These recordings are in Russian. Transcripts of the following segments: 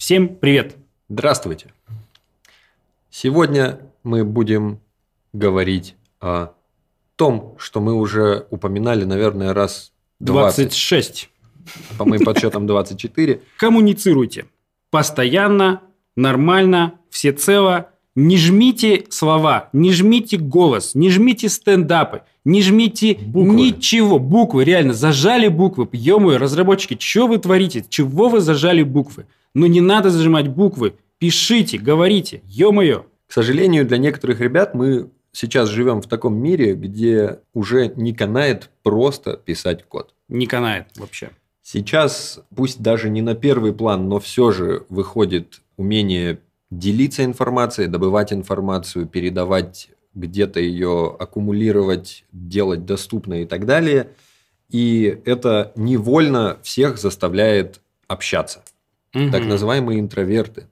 Всем привет! Здравствуйте! Сегодня мы будем говорить о том, что мы уже упоминали, наверное, раз 26. По моим подсчетам 24. Коммуницируйте. Постоянно, нормально, всецело. Не жмите слова, не жмите голос, не жмите стендапы, не жмите ничего. Буквы, реально, зажали буквы. Ё-моё, разработчики, что вы творите? Чего вы зажали буквы? Ну не надо зажимать буквы. Пишите, говорите. Ё-моё. К сожалению, для некоторых ребят мы сейчас живем в таком мире, где уже не канает просто писать код. Не канает вообще. Сейчас, пусть даже не на первый план, но все же выходит умение делиться информацией, добывать информацию, передавать где-то ее, аккумулировать, делать доступной и так далее. И это невольно всех заставляет общаться. Так называемые интроверты,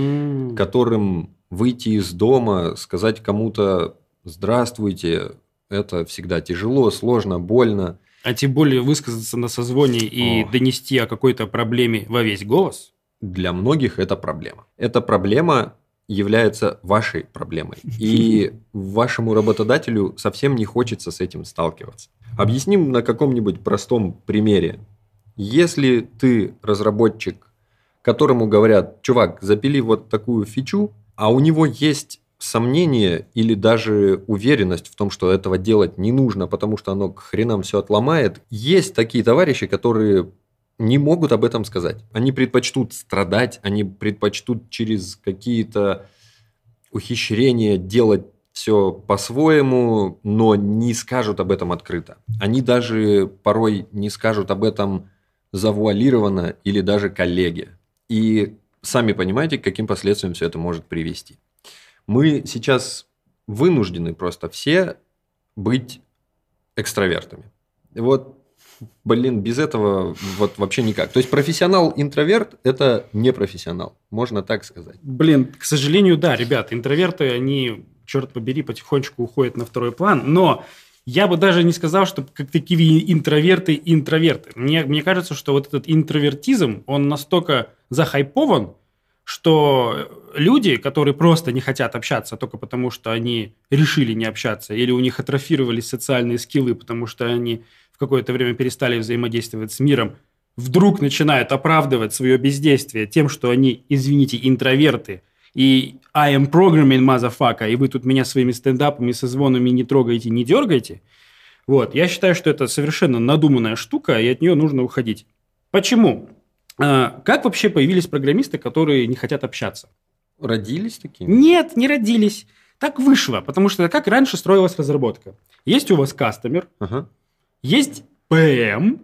которым выйти из дома, сказать кому-то «здравствуйте», это всегда тяжело, сложно, больно. А тем более высказаться на созвоне и донести о какой-то проблеме во весь голос? Для многих это проблема. Эта проблема является вашей проблемой. И вашему работодателю совсем не хочется с этим сталкиваться. Объясним на каком-нибудь простом примере. Если ты разработчик, которому говорят: чувак, запили вот такую фичу, а у него есть сомнение или даже уверенность в том, что этого делать не нужно, потому что оно к хренам все отломает. Есть такие товарищи, которые не могут об этом сказать. Они предпочтут страдать, они предпочтут через какие-то ухищрения делать все по-своему, но не скажут об этом открыто. Они даже порой не скажут об этом завуалированно или даже коллеге. И сами понимаете, к каким последствиям все это может привести. Мы сейчас вынуждены просто все быть экстравертами. Вот, без этого вот вообще никак. То есть профессионал-интроверт – это не профессионал, можно так сказать. К сожалению, да, ребята, интроверты, они, черт побери, потихонечку уходят на второй план, но я бы даже не сказал, что как такие интроверты. Мне кажется, что вот этот интровертизм, он настолько захайпован, что люди, которые просто не хотят общаться только потому, что они решили не общаться, или у них атрофировались социальные скиллы, потому что они в какое-то время перестали взаимодействовать с миром, вдруг начинают оправдывать свое бездействие тем, что они, извините, интроверты, и I am programming motherfucker, и вы тут меня своими стендапами, созвонами не трогаете, не дергаете. Вот. Я считаю, что это совершенно надуманная штука, и от нее нужно уходить. Почему? Как вообще появились программисты, которые не хотят общаться? Родились такие? Нет, не родились. Так вышло, потому что как раньше строилась разработка. Есть у вас кастомер, есть PM,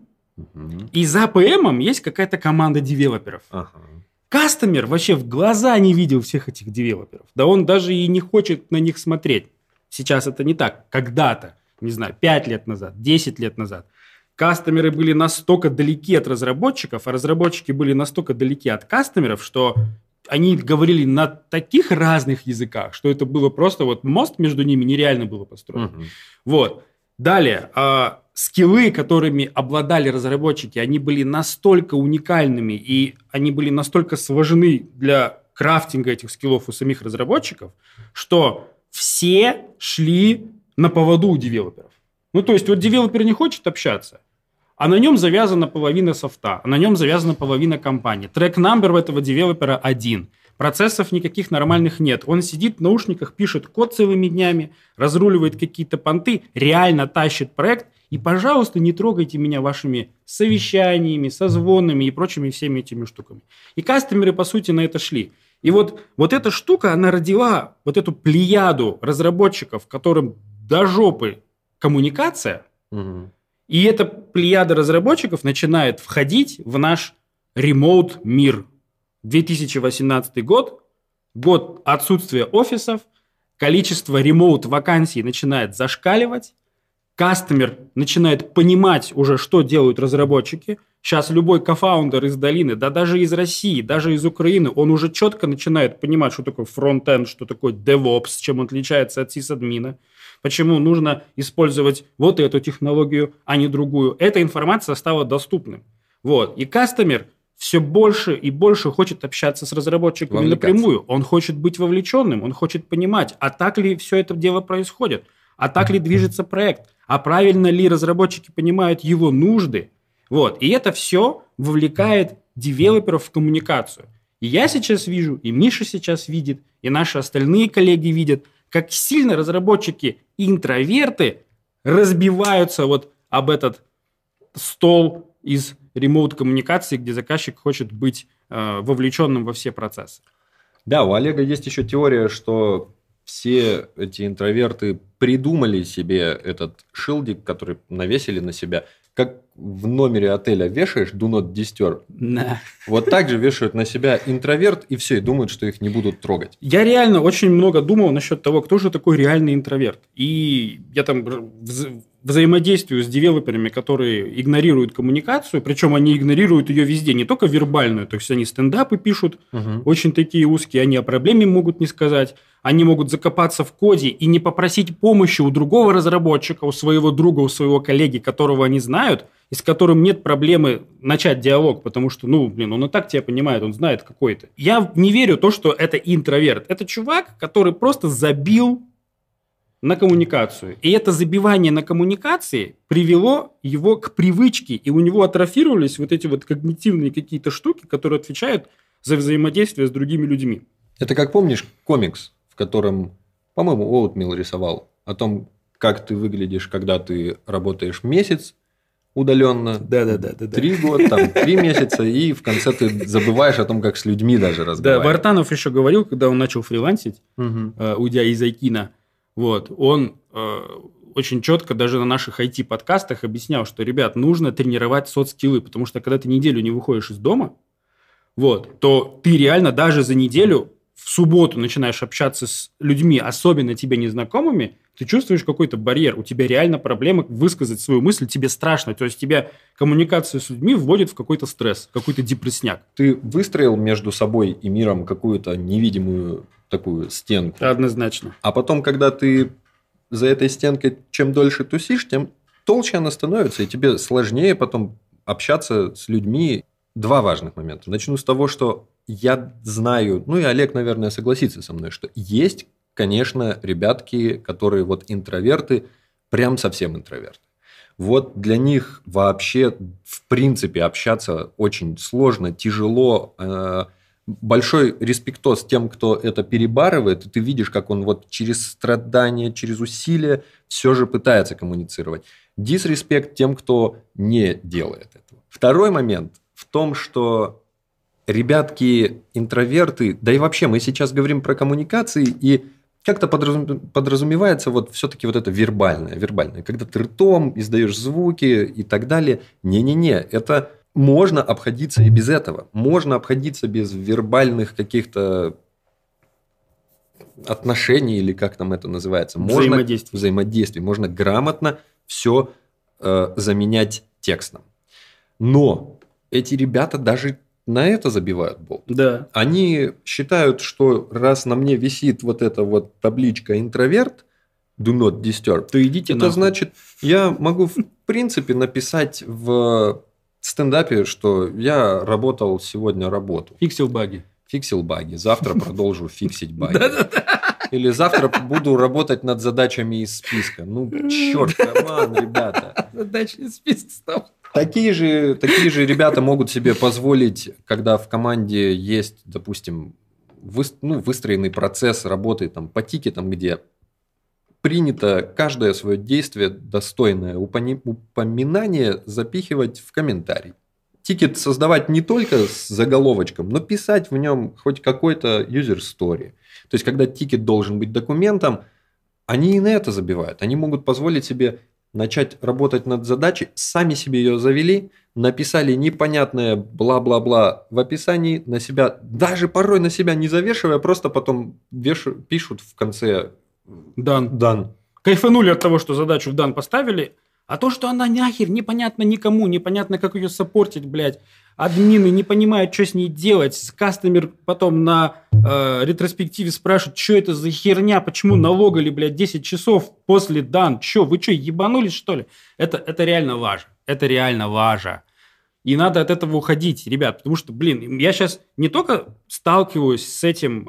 и за PM есть какая-то команда девелоперов. Кастомер вообще в глаза не видел всех этих девелоперов. Да он даже и не хочет на них смотреть. Сейчас это не так. Когда-то, не знаю, 5 лет назад, 10 лет назад, кастомеры были настолько далеки от разработчиков, а разработчики были настолько далеки от кастомеров, что они говорили на таких разных языках, что это было просто вот мост между ними нереально было построить. Вот. Далее, скиллы, которыми обладали разработчики, они были настолько уникальными и они были настолько сложны для крафтинга этих скиллов у самих разработчиков, что все шли на поводу у девелоперов. Ну, то есть, вот девелопер не хочет общаться, а на нем завязана половина софта, а на нем завязана половина компании. Трек-намбер у этого девелопера один. Процессов никаких нормальных нет. Он сидит в наушниках, пишет код целыми днями, разруливает какие-то понты, реально тащит проект. И, пожалуйста, не трогайте меня вашими совещаниями, созвонами и прочими всеми этими штуками. И кастомеры, по сути, на это шли. И вот эта штука, она родила вот эту плеяду разработчиков, которым до жопы коммуникация. И эта плеяда разработчиков начинает входить в наш ремоут-мир. 2018 год, год отсутствия офисов, количество ремоут-вакансий начинает зашкаливать, кастомер начинает понимать уже, что делают разработчики. Сейчас любой кофаундер из долины, да даже из России, даже из Украины, он уже четко начинает понимать, что такое фронт-энд, что такое DevOps, чем он отличается от сисадмина. Почему нужно использовать вот эту технологию, а не другую. Эта информация стала доступной. Вот. И кастомер все больше и больше хочет общаться с разработчиками напрямую. Он хочет быть вовлеченным, он хочет понимать, а так ли все это дело происходит, а так ли движется проект, а правильно ли разработчики понимают его нужды. Вот. И это все вовлекает девелоперов в коммуникацию. И я сейчас вижу, и Миша сейчас видит, и наши остальные коллеги видят, как сильно разработчики-интроверты разбиваются вот об этот стол из ремоут-коммуникации, где заказчик хочет быть вовлеченным во все процессы. Да, у Олега есть еще теория, что все эти интроверты придумали себе этот шилдик, который навесили на себя. Как в номере отеля вешаешь «Do not disturb», вот так же вешают на себя интроверт, и все, и думают, что их не будут трогать. Я реально очень много думал насчет того, кто же такой реальный интроверт. И я там взаимодействую с девелоперами, которые игнорируют коммуникацию, причем они игнорируют ее везде, не только вербальную, то есть они стендапы пишут, очень такие узкие, они о проблеме могут не сказать, они могут закопаться в коде и не попросить помощи у другого разработчика, у своего друга, у своего коллеги, которого они знают, и с которым нет проблемы начать диалог, потому что, он и так тебя понимает, он знает какой-то. Я не верю в то, что это интроверт. Это чувак, который просто забил на коммуникацию. И это забивание на коммуникации привело его к привычке, и у него атрофировались вот эти вот когнитивные какие-то штуки, которые отвечают за взаимодействие с другими людьми. Это как помнишь комикс, в котором, по-моему, Оутмилл рисовал о том, как ты выглядишь, когда ты работаешь месяц удаленно, 3 года, 3 месяца, и в конце ты забываешь о том, как с людьми даже разговаривать. Да, Вартанов еще говорил, когда он начал фрилансить, уйдя из Айкина, вот, он очень четко даже на наших IT-подкастах объяснял, что, ребят, нужно тренировать соцскиллы, потому что когда ты неделю не выходишь из дома, вот, то ты реально даже за неделю в субботу начинаешь общаться с людьми, особенно тебе незнакомыми, ты чувствуешь какой-то барьер, у тебя реально проблема высказать свою мысль, тебе страшно, то есть тебя коммуникация с людьми вводит в какой-то стресс, какой-то депрессняк. Ты выстроил между собой и миром какую-то невидимую такую стенку. Однозначно. А потом, когда ты за этой стенкой чем дольше тусишь, тем толще она становится, и тебе сложнее потом общаться с людьми. 2 важных момента. Начну с того, что я знаю, и Олег, наверное, согласится со мной, что есть, конечно, ребятки, которые вот интроверты, прям совсем интроверты. Вот для них вообще, в принципе, общаться очень сложно, тяжело. Большой респектоз тем, кто это перебарывает, и ты видишь, как он вот через страдания, через усилия все же пытается коммуницировать. Дисреспект тем, кто не делает этого. Второй момент в том, что ребятки интроверты, да и вообще мы сейчас говорим про коммуникации, и как-то подразумевается вот все-таки вот это вербальное, когда ты ртом издаешь звуки и так далее. Не-не-не, это можно обходиться и без этого. Можно обходиться без вербальных каких-то отношений, или как там это называется. Взаимодействий. Можно грамотно все заменять текстом. Но эти ребята даже на это забивают болт. Да. Они считают, что раз на мне висит вот эта вот табличка «интроверт», «do not disturb», то идите это нахуй. Значит, я могу в принципе написать в стендапе, что я работал сегодня работу. Фиксил баги. Завтра продолжу фиксить баги. Или завтра буду работать над задачами из списка. Черт, камон, ребята. Задачи из списка стал. Такие же ребята могут себе позволить, когда в команде есть, допустим, выстроенный процесс работы там, по тикетам, где принято каждое свое действие, достойное упоминания, запихивать в комментарий. Тикет создавать не только с заголовочком, но писать в нем хоть какой-то user story. То есть, когда тикет должен быть документом, они и на это забивают. Они могут позволить себе начать работать над задачей, сами себе ее завели, написали непонятное бла-бла-бла в описании, на себя, даже порой на себя не завешивая, просто потом пишут в конце Done. Кайфанули от того, что задачу в Done поставили, а то, что она нахер непонятно никому, непонятно, как ее саппортить, блядь. Админы не понимают, что с ней делать. Кастомер потом на ретроспективе спрашивает, что это за херня, почему налогали, блядь, 10 часов после Done. Вы что, ебанулись, что ли? Это реально лажа. Это реально лажа. И надо от этого уходить, ребят, потому что, я сейчас не только сталкиваюсь с этим,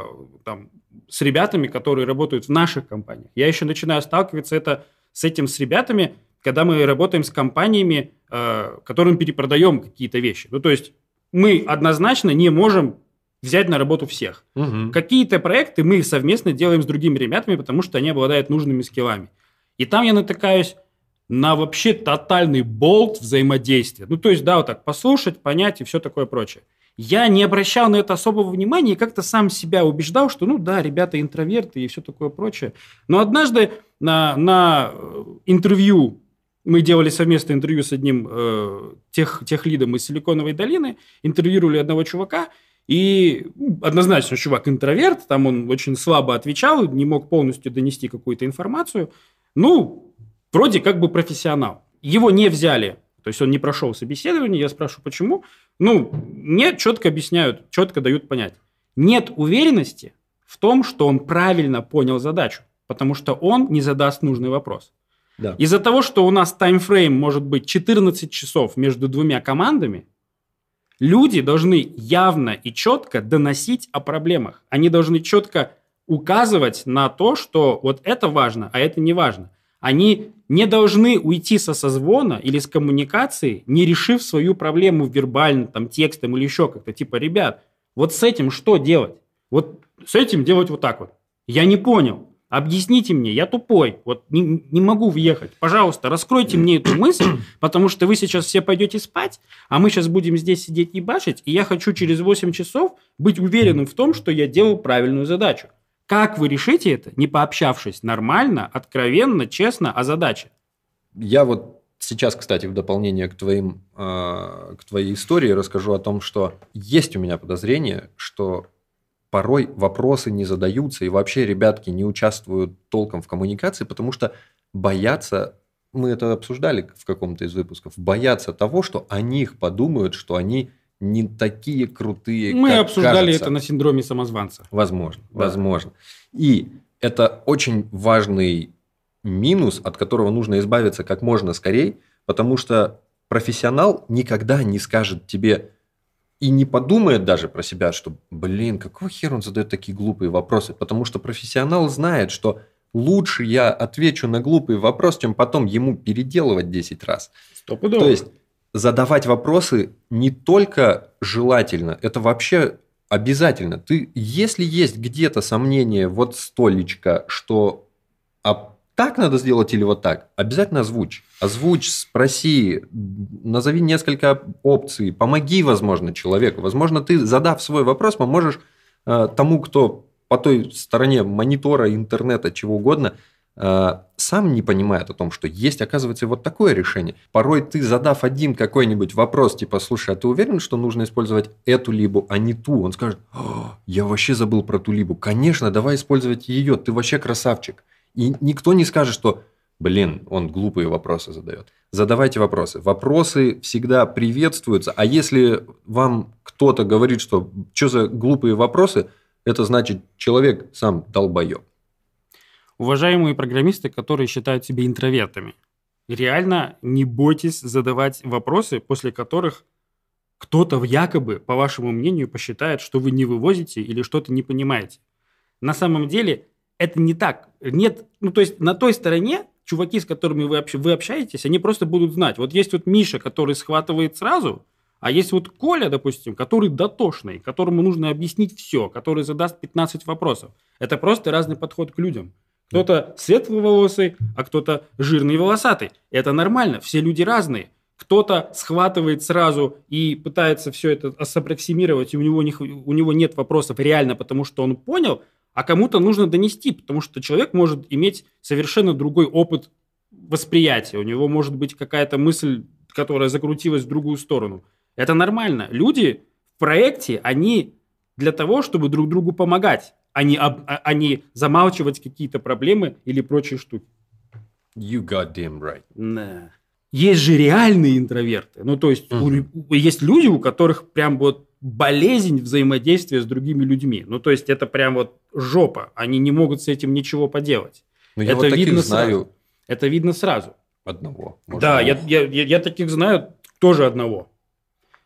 с ребятами, которые работают в наших компаниях, я еще начинаю сталкиваться с этим с ребятами, когда мы работаем с компаниями, которым перепродаем какие-то вещи. Ну, то есть мы однозначно не можем взять на работу всех. Угу. Какие-то проекты мы совместно делаем с другими ребятами, потому что они обладают нужными скиллами. И там я натыкаюсь на вообще тотальный болт взаимодействия. Ну, то есть, да, вот так послушать, понять и все такое прочее. Я не обращал на это особого внимания и как-то сам себя убеждал, что, ну да, ребята интроверты и все такое прочее. Но однажды на интервью, мы делали совместное интервью с одним техлидом из Силиконовой долины, интервьюировали одного чувака, и однозначно чувак интроверт, там он очень слабо отвечал, не мог полностью донести какую-то информацию. Ну, вроде как бы профессионал. Его не взяли, то есть он не прошел собеседование, я спрашиваю, почему? Ну, мне четко объясняют, четко дают понять. Нет уверенности в том, что он правильно понял задачу, потому что он не задаст нужный вопрос. Да. Из-за того, что у нас таймфрейм может быть 14 часов между двумя командами, люди должны явно и четко доносить о проблемах. Они должны четко указывать на то, что вот это важно, а это не важно. Они не должны уйти со созвона или с коммуникации, не решив свою проблему вербально, там, текстом или еще как-то. Типа, ребят, вот с этим что делать? Вот с этим делать вот так вот. Я не понял. Объясните мне, я тупой, вот не могу въехать. Пожалуйста, раскройте мне эту мысль, потому что вы сейчас все пойдете спать, а мы сейчас будем здесь сидеть и башить, и я хочу через 8 часов быть уверенным в том, что я делал правильную задачу. Как вы решите это, не пообщавшись нормально, откровенно, честно о задаче? Я вот сейчас, кстати, в дополнение к твоей истории расскажу о том, что есть у меня подозрение, что порой вопросы не задаются, и вообще ребятки не участвуют толком в коммуникации, потому что боятся, мы это обсуждали в каком-то из выпусков, боятся того, что о них подумают, что они не такие крутые, мы как обсуждали кажется. Это на синдроме самозванца. Возможно, да. Возможно. И это очень важный минус, от которого нужно избавиться как можно скорее, потому что профессионал никогда не скажет тебе и не подумает даже про себя, что, какого хера он задает такие глупые вопросы, потому что профессионал знает, что лучше я отвечу на глупый вопрос, чем потом ему переделывать 10 раз. Стопудово. То есть задавать вопросы не только желательно, это вообще обязательно. Если есть где-то сомнение, вот столечко, что так надо сделать или вот так, обязательно озвучь. Озвучь, спроси, назови несколько опций, помоги, возможно, человеку. Возможно, ты, задав свой вопрос, поможешь тому, кто по той стороне монитора, интернета, чего угодно, сам не понимает о том, что есть, оказывается, вот такое решение. Порой ты, задав один какой-нибудь вопрос, типа, слушай, а ты уверен, что нужно использовать эту либу, а не ту? Он скажет, я вообще забыл про ту либу. Конечно, давай использовать ее, ты вообще красавчик. И никто не скажет, что, он глупые вопросы задает. Задавайте вопросы. Вопросы всегда приветствуются. А если вам кто-то говорит, что за глупые вопросы, это значит, человек сам долбоеб. Уважаемые программисты, которые считают себя интровертами, реально не бойтесь задавать вопросы, после которых кто-то якобы, по вашему мнению, посчитает, что вы не вывозите или что-то не понимаете. На самом деле это не так. Нет, то есть на той стороне чуваки, с которыми вы общаетесь, они просто будут знать. Вот есть вот Миша, который схватывает сразу, а есть вот Коля, допустим, который дотошный, которому нужно объяснить все, который задаст 15 вопросов. Это просто разный подход к людям. Кто-то светловолосый, а кто-то жирный и волосатый. Это нормально, все люди разные. Кто-то схватывает сразу и пытается все это сопроксимировать, и у него нет вопросов реально, потому что он понял, а кому-то нужно донести, потому что человек может иметь совершенно другой опыт восприятия. У него может быть какая-то мысль, которая закрутилась в другую сторону. Это нормально. Люди в проекте, они для того, чтобы друг другу помогать, а не замалчивать какие-то проблемы или прочие штуки. You goddamn right. Да. Есть же реальные интроверты. То есть есть люди, у которых прям вот болезнь взаимодействия с другими людьми. То есть это прям вот жопа. Они не могут с этим ничего поделать. Я вот таких знаю. Это видно сразу. Одного. Да, я таких знаю тоже одного.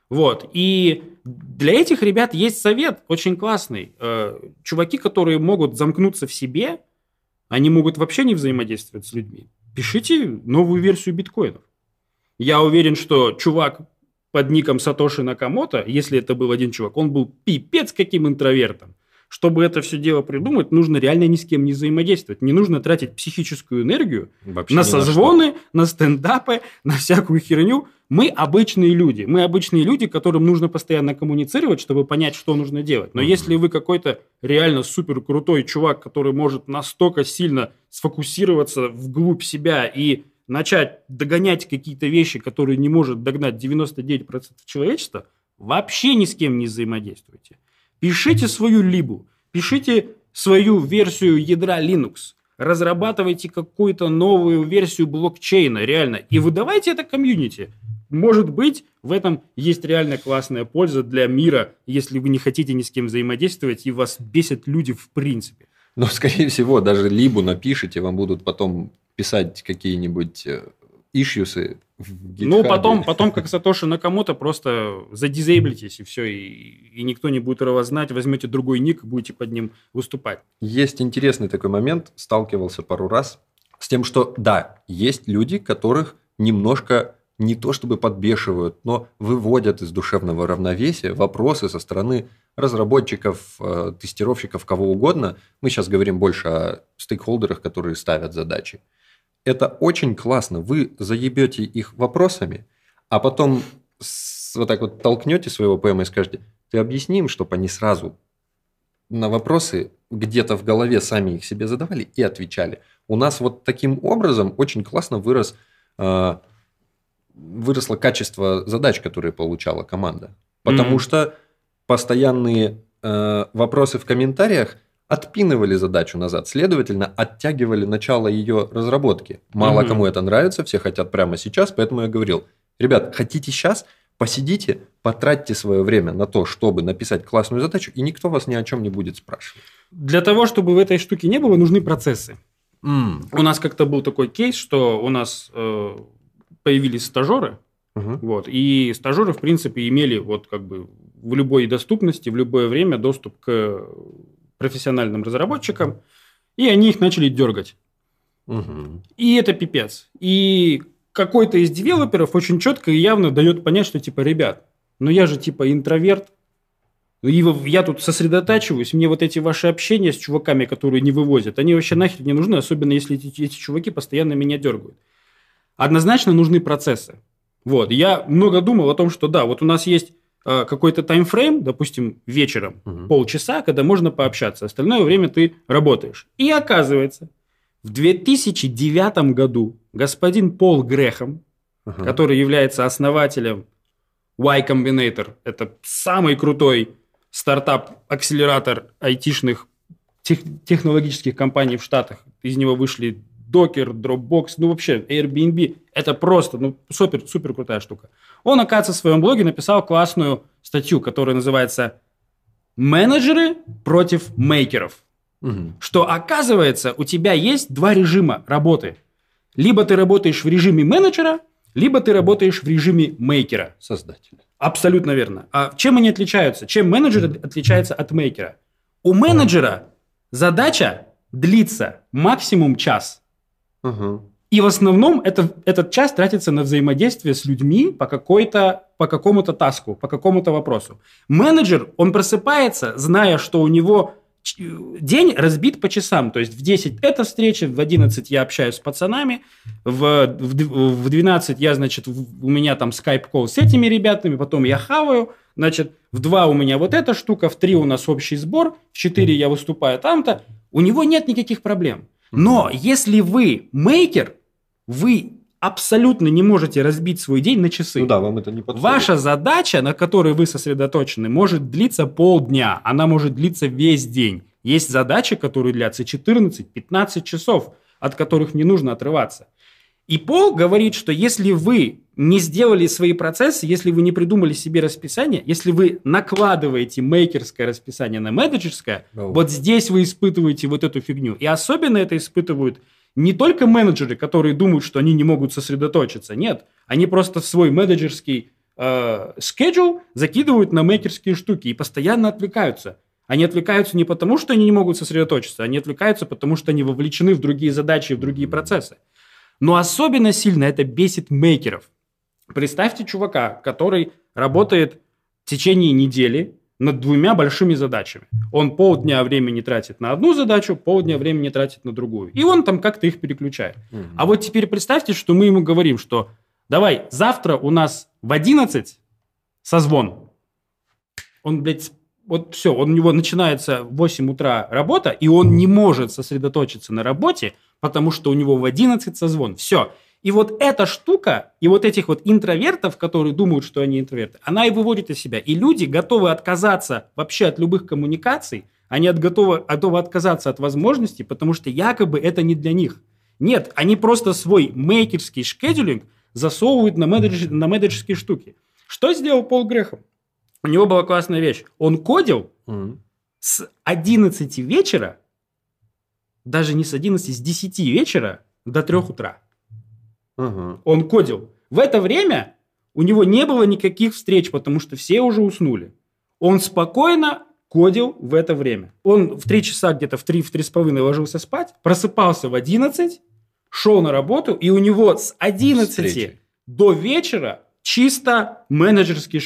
Вот. И для этих ребят есть совет очень классный. Чуваки, которые могут замкнуться в себе, они могут вообще не взаимодействовать с людьми. Пишите новую версию биткоинов. Я уверен, что чувак под ником Сатоши Накамото, если это был один чувак, он был пипец каким интровертом. Чтобы это все дело придумать, нужно реально ни с кем не взаимодействовать. Не нужно тратить психическую энергию вообще на созвоны, на стендапы, на всякую херню. Мы обычные люди. Мы обычные люди, которым нужно постоянно коммуницировать, чтобы понять, что нужно делать. Но если вы какой-то реально супер крутой чувак, который может настолько сильно сфокусироваться вглубь себя и начать догонять какие-то вещи, которые не может догнать 99% человечества, вообще ни с кем не взаимодействуйте. Пишите свою либу, пишите свою версию ядра Linux, разрабатывайте какую-то новую версию блокчейна, реально, и выдавайте это комьюнити. Может быть, в этом есть реально классная польза для мира, если вы не хотите ни с кем взаимодействовать, и вас бесят люди в принципе. Но, скорее всего, даже либу напишите, вам будут потом писать какие-нибудь ишьюсы в GitHub. Ну, потом как Сатоши Накамото, просто задизейблитесь, и все, и никто не будет о вас знать, возьмете другой ник, будете под ним выступать. Есть интересный такой момент, сталкивался пару раз с тем, что, да, есть люди, которых немножко не то чтобы подбешивают, но выводят из душевного равновесия вопросы со стороны разработчиков, тестировщиков, кого угодно. Мы сейчас говорим больше о стейкхолдерах, которые ставят задачи. Это очень классно. Вы заебете их вопросами, а потом вот так вот толкнете своего ПМ и скажете, ты объясни им, чтобы они сразу на вопросы где-то в голове сами их себе задавали и отвечали. У нас вот таким образом очень классно выросло качество задач, которые получала команда. Потому что постоянные вопросы в комментариях отпинывали задачу назад, следовательно, оттягивали начало ее разработки. Мало кому это нравится, все хотят прямо сейчас, поэтому я говорил, ребят, хотите сейчас, посидите, потратьте свое время на то, чтобы написать классную задачу, и никто вас ни о чем не будет спрашивать. Для того, чтобы в этой штуке не было, нужны процессы. У нас как-то был такой кейс, что у нас появились стажеры, вот, и стажеры, в принципе, имели вот как бы в любой доступности, в любое время доступ к профессиональным разработчикам, и они их начали дергать. И это пипец. И какой-то из девелоперов очень четко и явно дает понять, что типа, ребят, ну я же типа интроверт, и я тут сосредотачиваюсь, мне вот эти ваши общения с чуваками, которые не вывозят, они вообще нахер не нужны, особенно если эти чуваки постоянно меня дергают. Однозначно нужны процессы. Вот. Я много думал о том, что да, вот у нас есть какой-то таймфрейм, допустим, вечером, полчаса, когда можно пообщаться. Остальное время ты работаешь. И оказывается, в 2009 году господин Пол Грэхэм, который является основателем Y Combinator, это самый крутой стартап-акселератор айтишных технологических компаний в Штатах. Из него вышли Docker, Dropbox, ну вообще Airbnb. Это просто супер крутая штука. Он, оказывается, в своем блоге написал классную статью, которая называется «Менеджеры против мейкеров». Что, оказывается, у тебя есть два режима работы. Либо ты работаешь в режиме менеджера, либо ты работаешь в режиме мейкера. Создателя. Абсолютно верно. А чем они отличаются? Чем менеджер отличается от мейкера? У менеджера задача длится максимум час. И в основном этот час тратится на взаимодействие с людьми по какому-то таску, по какому-то вопросу. Менеджер, он просыпается, зная, что у него день разбит по часам. То есть в 10 это встреча, в 11 я общаюсь с пацанами, в 12 я, значит, у меня там скайп-колл с этими ребятами, потом я хаваю, значит, в 2 у меня вот эта штука, в 3 у нас общий сбор, в 4 я выступаю там-то. У него нет никаких проблем. Но если вы мейкер, вы абсолютно не можете разбить свой день на часы. Ну да, вам это не подходит. Ваша задача, на которой вы сосредоточены, может длиться полдня, она может длиться весь день. Есть задачи, которые длятся 14-15 часов, от которых не нужно отрываться. И Пол говорит, что если вы не сделали свои процессы, если вы не придумали себе расписание, если вы накладываете мейкерское расписание на менеджерское, вот здесь вы испытываете вот эту фигню. И особенно это испытывают не только менеджеры, которые думают, что они не могут сосредоточиться. Нет, они просто свой менеджерский schedule закидывают на мейкерские штуки и постоянно отвлекаются. Они отвлекаются не потому, что они не могут сосредоточиться, они отвлекаются, потому что они вовлечены в другие задачи, в другие процессы. Но особенно сильно это бесит мейкеров. Представьте чувака, который работает в течение недели над 2 большими задачами. Он полдня времени тратит на одну задачу, полдня времени тратит на другую. И он там как-то их переключает. А вот теперь представьте, что мы ему говорим, что давай, завтра у нас в 11 созвон. Он, блядь, вот все, у него начинается в 8 утра работа, и он не может сосредоточиться на работе, потому что у него в 11 созвон. Все. И вот эта штука, и вот этих вот интровертов, которые думают, что они интроверты, она и выводит из себя. И люди готовы отказаться вообще от любых коммуникаций, они готовы отказаться от возможностей, потому что якобы это не для них. Нет, они просто свой мейкерский шкедулинг засовывают на менеджерские штуки. Что сделал Пол Грэхэм? У него была классная вещь. Он кодил с 11 вечера, даже не с 11, с 10 вечера до 3 утра. Он кодил. В это время у него не было никаких встреч, потому что все уже уснули. Он спокойно кодил в это время. Он в 3 часа, где-то в 3:30 ложился спать, просыпался в 11, шел на работу, и у него с 11 до вечера чисто менеджерский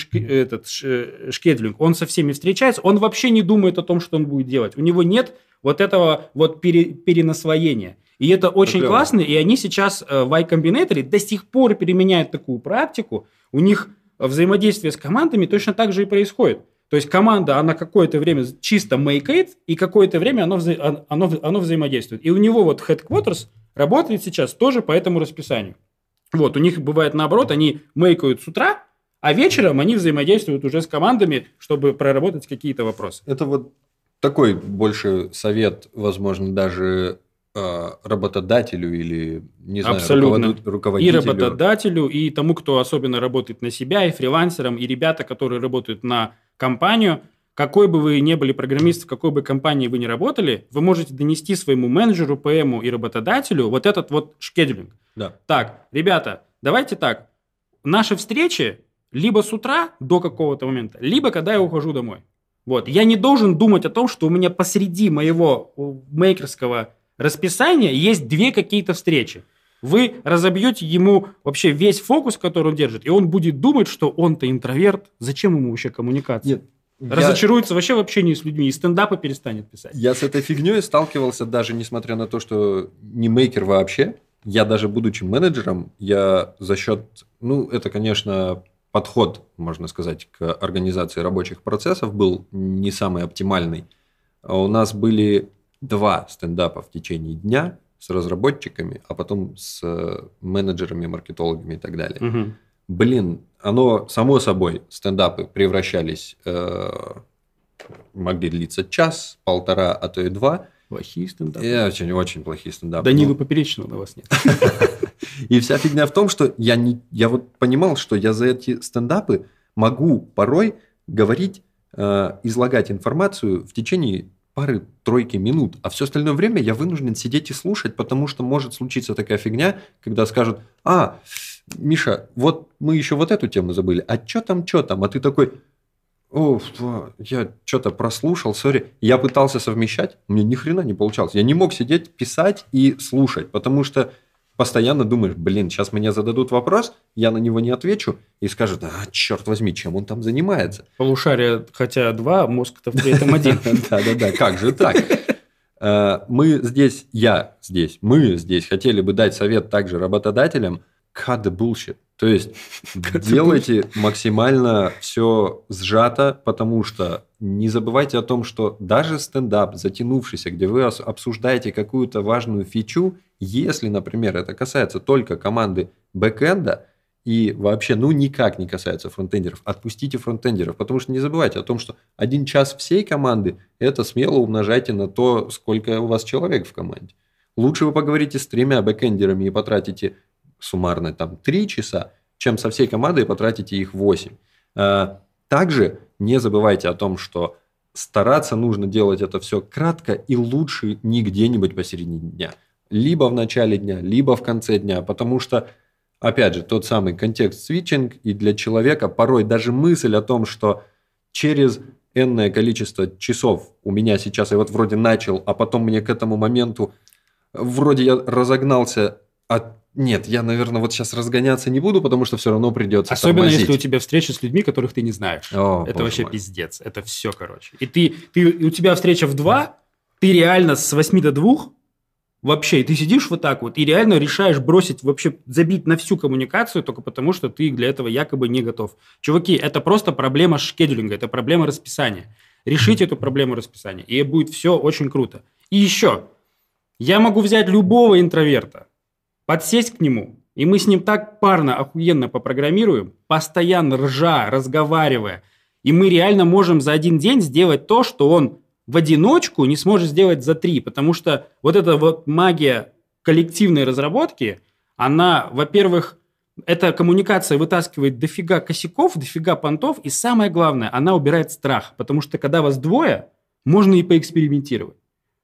шкедлинг. Он со всеми встречается, он вообще не думает о том, что он будет делать. У него нет вот этого вот перенасвоения. И это очень классно, и они сейчас в Y Combinator до сих пор применяют такую практику. У них взаимодействие с командами точно так же и происходит. То есть команда, она какое-то время чисто мейкает, и какое-то время оно взаимодействует. И у него вот Headquarters работает сейчас тоже по этому расписанию. Вот, у них бывает наоборот, они мейкают с утра, а вечером они взаимодействуют уже с командами, чтобы проработать какие-то вопросы. Это вот такой больше совет, возможно, даже работодателю или, не знаю, руководителю. И работодателю, и тому, кто особенно работает на себя, и фрилансерам, и ребята, которые работают на компанию. Какой бы вы ни были программист, в какой бы компании вы ни работали, вы можете донести своему менеджеру, ПМу и работодателю вот этот вот шкедулинг. Да. Так, ребята, давайте так. Наши встречи либо с утра до какого-то момента, либо когда я ухожу домой. Вот. Я не должен думать о том, что у меня посреди моего мейкерского расписания есть 2 какие-то встречи. Вы разобьете ему вообще весь фокус, который он держит, и он будет думать, что он-то интроверт. Зачем ему вообще коммуникация? Нет. Разочаруется вообще в общении с людьми, и стендапы перестанет писать. Я с этой фигней сталкивался даже несмотря на то, что не мейкер вообще. Я даже будучи менеджером, я за счет, это, конечно, подход, можно сказать, к организации рабочих процессов был не самый оптимальный. У нас были 2 стендапа в течение дня с разработчиками, а потом с менеджерами, маркетологами и так далее. Угу. Блин, оно, само собой, стендапы превращались, могли длиться час, 1,5, а то и 2. Плохие стендапы. Очень плохие стендапы. Данилы Поперечного на вас нет. И вся фигня в том, что я вот понимал, что я за эти стендапы могу порой говорить, излагать информацию в течение пары-тройки минут, а все остальное время я вынужден сидеть и слушать, потому что может случиться такая фигня, когда скажут: Миша, вот мы еще вот эту тему забыли, а что там, а ты такой: я что-то прослушал, сори. Я пытался совмещать, мне ни хрена не получалось. Я не мог сидеть, писать и слушать, потому что постоянно думаешь: сейчас мне зададут вопрос, я на него не отвечу, и скажут: черт возьми, чем он там занимается? Полушарие, хотя 2, мозг-то при этом 1. Да, как же так? Мы здесь хотели бы дать совет также работодателям: cut the bullshit. То есть делайте максимально все сжато, потому что не забывайте о том, что даже стендап, затянувшийся, где вы обсуждаете какую-то важную фичу, если, например, это касается только команды бэкэнда и вообще никак не касается фронтендеров, отпустите фронтендеров, потому что не забывайте о том, что 1 час всей команды – это смело умножайте на то, сколько у вас человек в команде. Лучше вы поговорите с 3 бэкэндерами и потратите суммарно 3 часа, чем со всей командой потратите их 8. Также не забывайте о том, что стараться нужно делать это все кратко и лучше не где-нибудь посередине дня. Либо в начале дня, либо в конце дня, потому что опять же, тот самый контекст-свитчинг, и для человека порой даже мысль о том, что через энное количество часов у меня сейчас, я вот вроде начал, а потом мне к этому моменту вроде я разогнался, нет, я, наверное, вот сейчас разгоняться не буду, потому что все равно придется Особенно, тормозить. если у тебя встреча с людьми, которых ты не знаешь. Это вообще пиздец. Это все, короче. И у тебя встреча в 2, ты реально с 8 до 2 вообще, и ты сидишь вот так вот, и реально решаешь бросить, вообще забить на всю коммуникацию только потому, что ты для этого якобы не готов. Чуваки, это просто проблема шкедулинга, это проблема расписания. Решите эту проблему расписания, и будет все очень круто. И еще, я могу взять любого интроверта, подсесть к нему, и мы с ним так парно, охуенно попрограммируем, постоянно ржа, разговаривая, и мы реально можем за один день сделать то, что он в одиночку не сможет сделать за 3, потому что вот эта вот магия коллективной разработки, она, во-первых, эта коммуникация вытаскивает дофига косяков, дофига понтов, и самое главное, она убирает страх, потому что когда вас двое, можно и поэкспериментировать.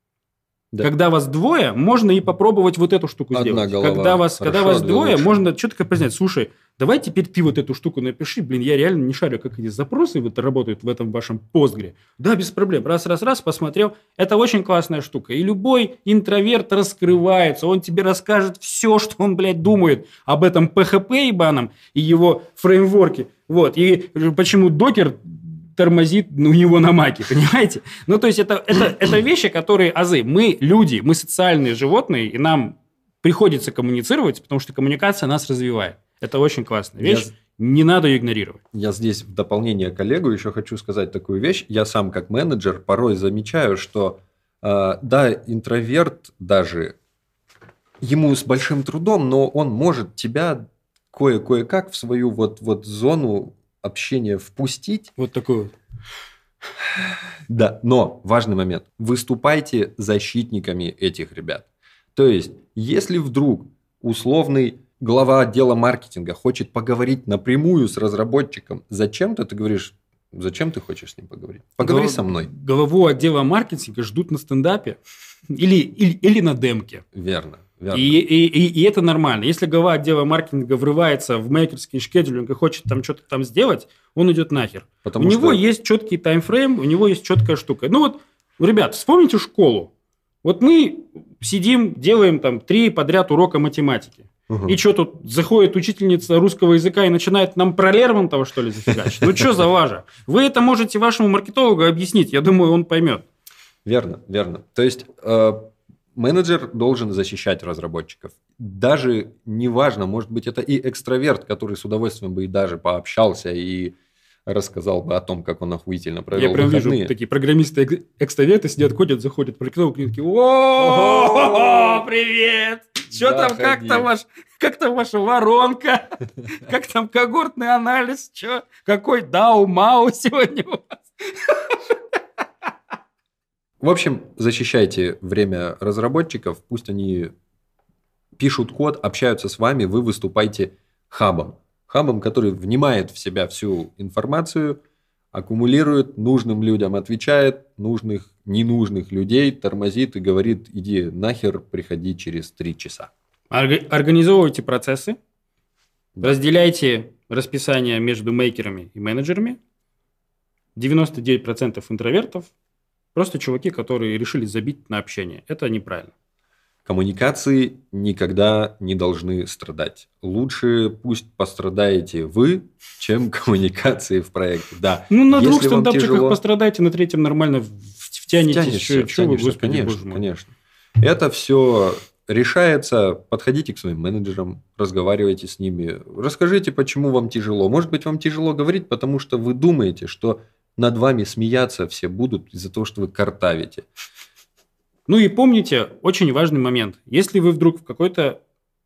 Да. Когда вас двое, можно и попробовать вот эту штуку сделать. Когда вас двое, можно четко признать, слушай, давай теперь ты вот эту штуку напиши, я реально не шарю, как эти запросы вот работают в этом вашем постгре. Да, без проблем, раз, посмотрел, это очень классная штука. И любой интроверт раскрывается, он тебе расскажет все, что он, думает об этом PHP ебаном и его фреймворке. Вот, и почему докер тормозит у него на маке, понимаете? Ну, то есть, это вещи, которые азы. Мы люди, мы социальные животные, и нам приходится коммуницировать, потому что коммуникация нас развивает. Это очень классная вещь, не надо ее игнорировать. Я здесь в дополнение к коллегу еще хочу сказать такую вещь. Я сам как менеджер порой замечаю, что, да, интроверт даже, ему с большим трудом, но он может тебя кое-как в свою вот зону общение впустить. Вот такой вот. Да, но важный момент. Выступайте защитниками этих ребят. То есть, если вдруг условный глава отдела маркетинга хочет поговорить напрямую с разработчиком, зачем-то ты говоришь, зачем ты хочешь с ним поговорить? Поговори со мной. Главу отдела маркетинга ждут на стендапе или на демке. Верно. И это нормально. Если глава отдела маркетинга врывается в мейкерский шкедулинг и хочет там что-то там сделать, он идет нахер. У него есть четкий таймфрейм, у него есть четкая штука. Ну вот, ребят, вспомните школу. Вот мы сидим, делаем там 3 подряд урока математики. Угу. И что тут, заходит учительница русского языка и начинает нам про Лермонтова, что ли, зафигачить? Ну что за лажа? Вы это можете вашему маркетологу объяснить, я думаю, он поймет. Верно. То есть, менеджер должен защищать разработчиков. Даже неважно, может быть, это и экстраверт, который с удовольствием бы и даже пообщался и рассказал бы о том, как он охуительно провел выходные. Я прям вижу, такие программисты-экстраверты сидят, ходят, заходят в маркетолог и такие: о, привет! Что там, как там ваша воронка? Как там когортный анализ? Что? Какой DAO-MAO сегодня у вас? В общем, защищайте время разработчиков, пусть они пишут код, общаются с вами, вы выступайте хабом. Хабом, который внимает в себя всю информацию, аккумулирует, нужным людям отвечает, нужных, ненужных людей тормозит и говорит: иди нахер, приходи через 3 часа. Организовывайте процессы, разделяйте расписание между мейкерами и менеджерами. 99% интровертов просто чуваки, которые решили забить на общение. Это неправильно. Коммуникации никогда не должны страдать. Лучше пусть пострадаете вы, чем коммуникации в проекте. Да. Ну, на 2 стендапчиках пострадайте, на 3 нормально втянетесь. Что вы, господи, боже мой. Конечно. Это все решается. Подходите к своим менеджерам, разговаривайте с ними. Расскажите, почему вам тяжело. Может быть, вам тяжело говорить, потому что вы думаете, что над вами смеяться все будут из-за того, что вы картавите. Ну и помните, очень важный момент. Если вы вдруг в какой-то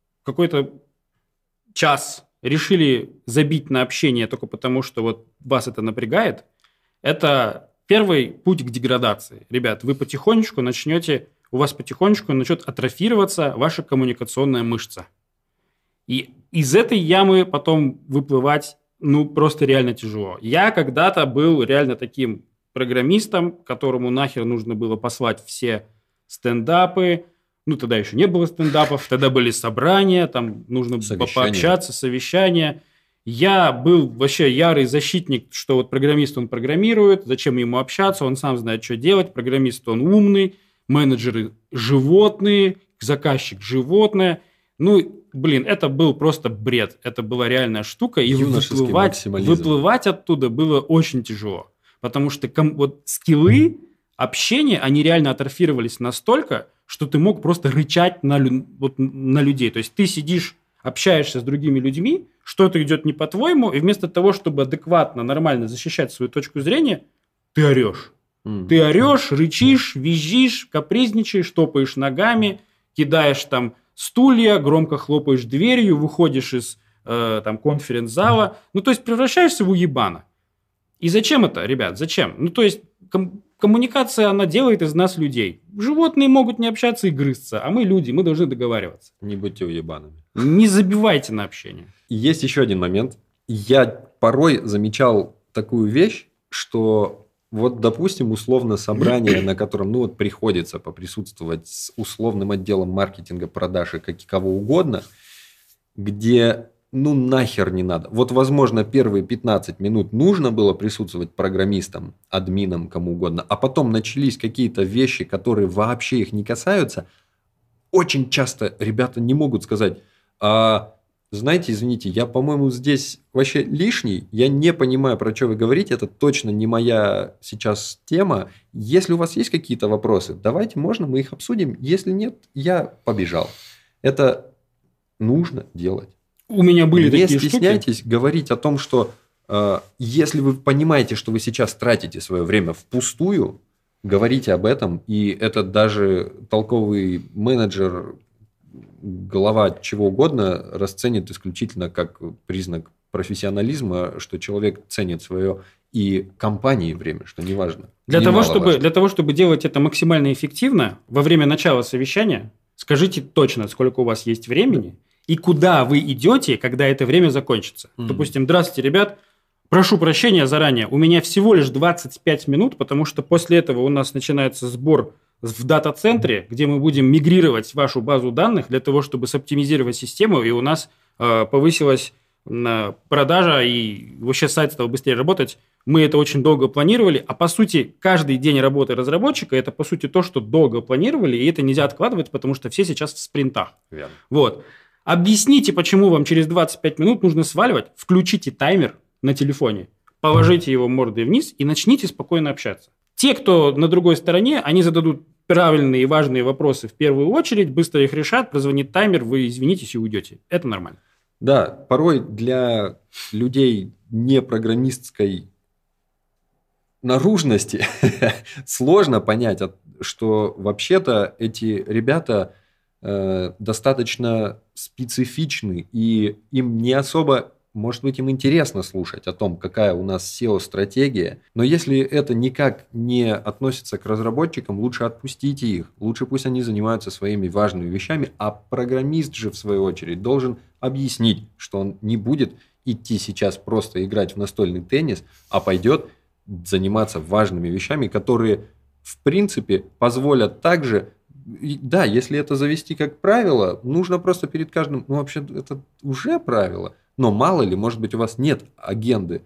час решили забить на общение только потому, что вот вас это напрягает, это первый путь к деградации. Ребят, вы потихонечку у вас потихонечку начнет атрофироваться ваша коммуникационная мышца. И из этой ямы потом выплывать, просто реально тяжело. Я когда-то был реально таким программистом, которому нахер нужно было послать все стендапы, Ну, тогда еще не было стендапов, тогда были собрания, там нужно было пообщаться, совещания. Я был вообще ярый защитник, что вот программист, он программирует, зачем ему общаться, он сам знает, что делать, программист, он умный, менеджеры животные, заказчик животное. Ну, блин, это был просто бред, это была реальная штука, и выплывать оттуда было очень тяжело, потому что вот скиллы общения, они реально атрофировались настолько, что ты мог просто рычать на людей. То есть ты сидишь, общаешься с другими людьми, что-то идет не по-твоему, и вместо того, чтобы адекватно, нормально защищать свою точку зрения, ты орешь. Ты орешь, рычишь, визжишь, капризничаешь, топаешь ногами, кидаешь там стулья, громко хлопаешь дверью, выходишь из конференц-зала. Ну, то есть превращаешься в уебана. И зачем это, ребят? Зачем? Ну, то есть коммуникация, она делает из нас людей. Животные могут не общаться и грызться, а мы люди, мы должны договариваться. Не будьте уебанами. Не забивайте на общение. Есть еще один момент. Я порой замечал такую вещь, что вот, допустим, условно собрание, на котором приходится поприсутствовать с условным отделом маркетинга, продаж и кого угодно, где нахер не надо. Вот, возможно, первые 15 минут нужно было присутствовать программистам, админам, кому угодно, а потом начались какие-то вещи, которые вообще их не касаются. Очень часто ребята не могут сказать: знаете, извините, я, по-моему, здесь вообще лишний, я не понимаю, про что вы говорите, это точно не моя сейчас тема. Если у вас есть какие-то вопросы, давайте, можно, мы их обсудим. Если нет, я побежал. Это нужно делать. У меня были такие штуки. Не стесняйтесь говорить о том, что если вы понимаете, что вы сейчас тратите свое время впустую, говорите об этом, и это даже толковый менеджер, глава чего угодно расценит исключительно как признак профессионализма, что человек ценит свое и компании время, что неважно. Для того, чтобы делать это максимально эффективно, во время начала совещания скажите точно, сколько у вас есть времени и куда вы идете, когда это время закончится. Допустим, здравствуйте, ребят, прошу прощения заранее, у меня всего лишь 25 минут, потому что после этого у нас начинается сбор в дата-центре, где мы будем мигрировать вашу базу данных для того, чтобы соптимизировать систему, и у нас повысилась продажа, и вообще сайт стал быстрее работать. Мы это очень долго планировали, а по сути каждый день работы разработчика – это по сути то, что долго планировали, и это нельзя откладывать, потому что все сейчас в спринтах. Верно. Вот. Объясните, почему вам через 25 минут нужно сваливать, включите таймер на телефоне, положите его мордой вниз и начните спокойно общаться. Те, кто на другой стороне, они зададут правильные и важные вопросы в первую очередь, быстро их решат, прозвонит таймер, вы извинитесь и уйдете. Это нормально. Да, порой для людей непрограммистской наружности сложно понять, что вообще-то эти ребята достаточно специфичны, и им не особо, может быть, им интересно слушать о том, какая у нас SEO-стратегия, но если это никак не относится к разработчикам, лучше отпустите их, лучше пусть они занимаются своими важными вещами, а программист же, в свою очередь, должен объяснить, что он не будет идти сейчас просто играть в настольный теннис, а пойдет заниматься важными вещами, которые, в принципе, позволят также. Да, если это завести как правило, нужно просто перед каждым, вообще это уже правило, но мало ли, может быть, у вас нет агенды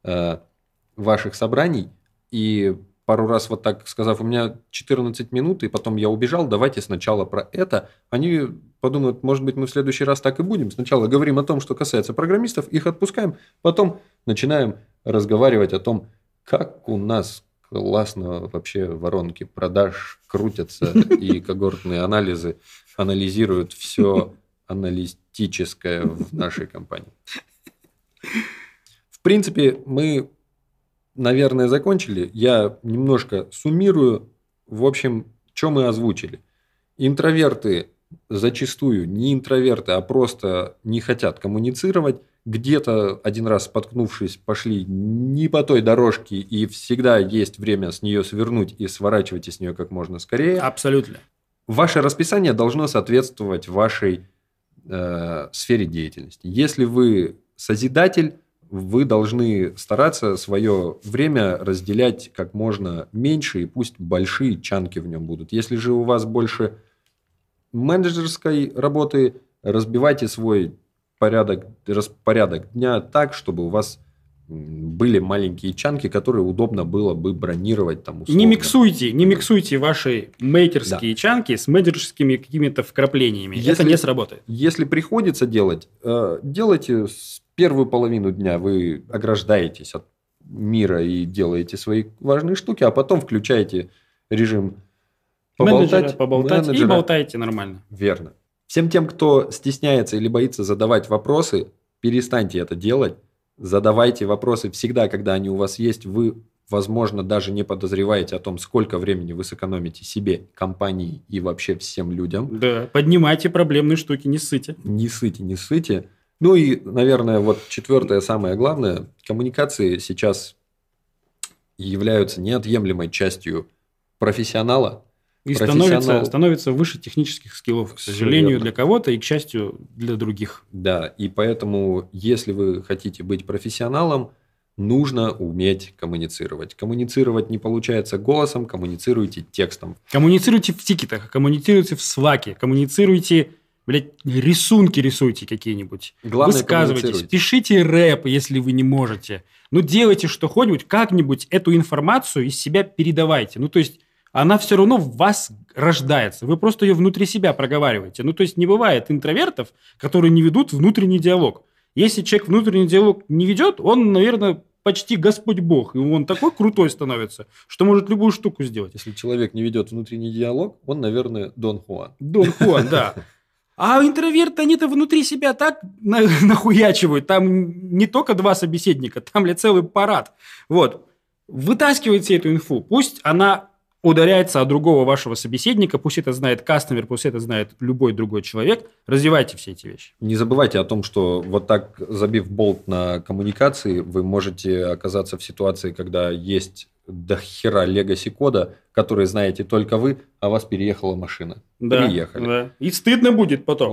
ваших собраний, и пару раз вот так сказав, у меня 14 минут, и потом я убежал, давайте сначала про это, они подумают, может быть, мы в следующий раз так и будем, сначала говорим о том, что касается программистов, их отпускаем, потом начинаем разговаривать о том, как у нас классно вообще воронки продаж крутятся, и когортные анализы анализируют все аналитическое в нашей компании. В принципе, мы, наверное, закончили. Я немножко суммирую. В общем, что мы озвучили. Интроверты зачастую не интроверты, а просто не хотят коммуницировать. Где-то один раз споткнувшись, пошли не по той дорожке, и всегда есть время с нее свернуть и сворачивайте с нее как можно скорее. Абсолютно. Ваше расписание должно соответствовать вашей сфере деятельности. Если вы созидатель, вы должны стараться свое время разделять как можно меньше, и пусть большие чанки в нем будут. Если же у вас больше менеджерской работы разбивайте свой распорядок дня так, чтобы у вас были маленькие чанки, которые удобно было бы бронировать там условно. Не миксуйте ваши мейкерские чанки с менеджерскими какими-то вкраплениями. Это не сработает. Если приходится делать, делайте первую половину дня, вы ограждаетесь от мира и делаете свои важные штуки, а потом включаете режим поболтать и болтайте нормально. Верно. Всем тем, кто стесняется или боится задавать вопросы, перестаньте это делать. Задавайте вопросы всегда, когда они у вас есть. Вы, возможно, даже не подозреваете о том, сколько времени вы сэкономите себе, компании и вообще всем людям. Да, поднимайте проблемные штуки, не ссыте. Не ссыте. Ну и, наверное, вот четвертое, самое главное. Коммуникации сейчас являются неотъемлемой частью профессионала. И становится выше технических скиллов, к сожалению, для кого-то и, к счастью, для других. Да, и поэтому, если вы хотите быть профессионалом, нужно уметь коммуницировать. Коммуницировать не получается голосом, коммуницируйте текстом. Коммуницируйте в тикетах, коммуницируйте в слаке, коммуницируйте, рисунки рисуйте какие-нибудь. Главное, высказывайтесь, пишите рэп, если вы не можете. Ну, делайте что-нибудь, как-нибудь эту информацию из себя передавайте. Ну, то есть, она все равно в вас рождается. Вы просто ее внутри себя проговариваете. Ну, то есть, не бывает интровертов, которые не ведут внутренний диалог. Если человек внутренний диалог не ведет, он, наверное, почти Господь Бог. И он такой крутой становится, что может любую штуку сделать. Если человек не ведет внутренний диалог, он, наверное, Дон Хуан. Дон Хуан, да. А интроверты, они-то внутри себя так нахуячивают. Там не только два собеседника, там целый парад. Вот. Вытаскивайте эту инфу. Пусть она ударяется от другого вашего собеседника, пусть это знает кастомер, пусть это знает любой другой человек. Развивайте все эти вещи. Не забывайте о том, что вот так, забив болт на коммуникации, вы можете оказаться в ситуации, когда есть до хера легаси кода, который знаете только вы, а вас переехала машина. Да, приехали. Да. И стыдно будет потом.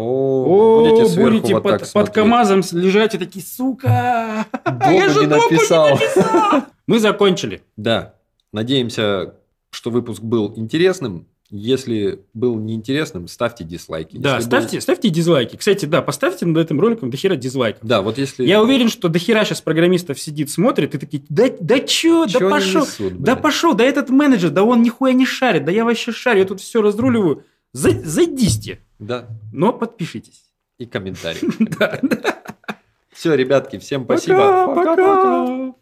Будете вот под КамАЗом лежать и такие, сука, я же не написал. Мы закончили. Да. Надеемся, что выпуск был интересным. Если был неинтересным, ставьте дизлайки. Да, ставьте дизлайки. Кстати, да, поставьте над этим роликом дохера дизлайков. Да, вот если... Я уверен, что дохера сейчас программистов сидит, смотрит, и такие, да чё, да пошел, да пошел, да этот менеджер, да он нихуя не шарит, да я вообще шарю, я тут все разруливаю. Зайдите. Да. Но подпишитесь. И комментарий. Все, ребятки, всем спасибо. Пока.